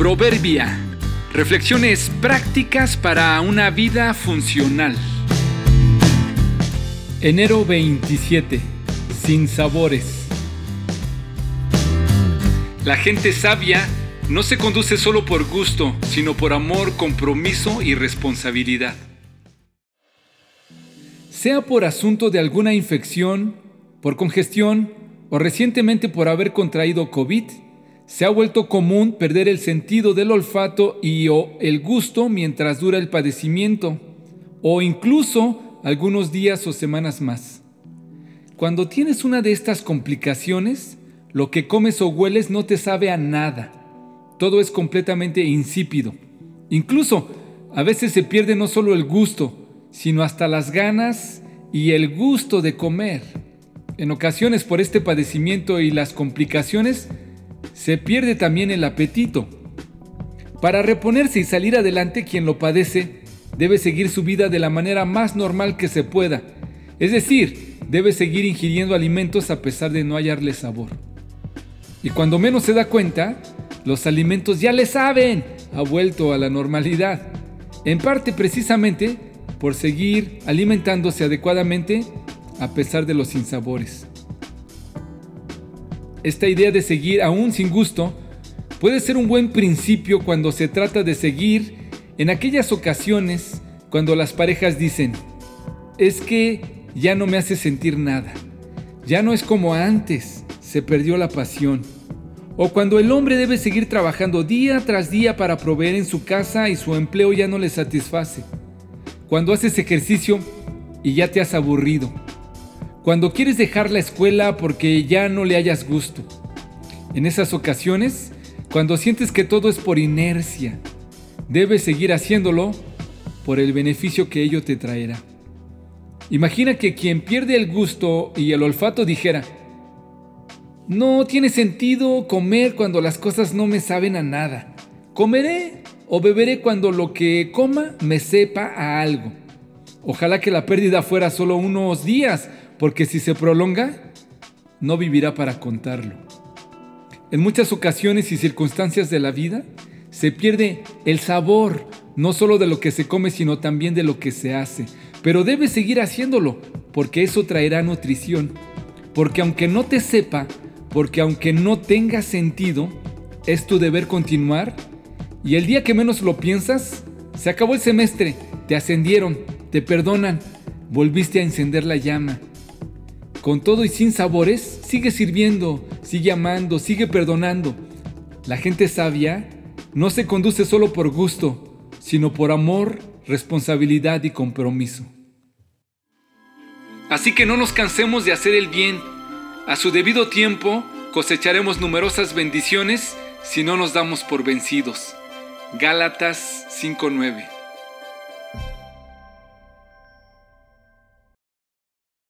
Proverbia. Reflexiones prácticas para una vida funcional. Enero 27. Sinsabores. La gente sabia no se conduce solo por gusto, sino por amor, compromiso y responsabilidad. Sea por asunto de alguna infección, por congestión o recientemente por haber contraído COVID, se ha vuelto común perder el sentido del olfato y o el gusto mientras dura el padecimiento, o incluso algunos días o semanas más. Cuando tienes una de estas complicaciones, lo que comes o hueles no te sabe a nada. Todo es completamente insípido. Incluso, a veces se pierde no solo el gusto, sino hasta las ganas y el gusto de comer. En ocasiones, por este padecimiento y las complicaciones, se pierde también el apetito. Para reponerse y salir adelante, quien lo padece debe seguir su vida de la manera más normal que se pueda. Es decir, debe seguir ingiriendo alimentos a pesar de no hallarle sabor. Y cuando menos se da cuenta, los alimentos ya le saben, ha vuelto a la normalidad. En parte precisamente por seguir alimentándose adecuadamente a pesar de los sinsabores. Esta idea de seguir aún sin gusto puede ser un buen principio cuando se trata de seguir en aquellas ocasiones cuando las parejas dicen: es que ya no me hace sentir nada, ya no es como antes, se perdió la pasión. O cuando el hombre debe seguir trabajando día tras día para proveer en su casa y su empleo ya no le satisface. Cuando haces ejercicio y ya te has aburrido. Cuando quieres dejar la escuela porque ya no le hayas gusto. En esas ocasiones, cuando sientes que todo es por inercia, debes seguir haciéndolo por el beneficio que ello te traerá. Imagina que quien pierde el gusto y el olfato dijera: no tiene sentido comer cuando las cosas no me saben a nada. Comeré o beberé cuando lo que coma me sepa a algo. Ojalá que la pérdida fuera solo unos días, porque si se prolonga, no vivirá para contarlo. En muchas ocasiones y circunstancias de la vida, se pierde el sabor, no solo de lo que se come, sino también de lo que se hace. Pero debes seguir haciéndolo, porque eso traerá nutrición. Porque aunque no te sepa, porque aunque no tenga sentido, es tu deber continuar. Y el día que menos lo piensas, se acabó el semestre, te ascendieron, te perdonan, volviste a encender la llama. Con todo y sin sabores, sigue sirviendo, sigue amando, sigue perdonando. La gente sabia no se conduce solo por gusto, sino por amor, responsabilidad y compromiso. Así que no nos cansemos de hacer el bien. A su debido tiempo cosecharemos numerosas bendiciones si no nos damos por vencidos. Gálatas 5:9.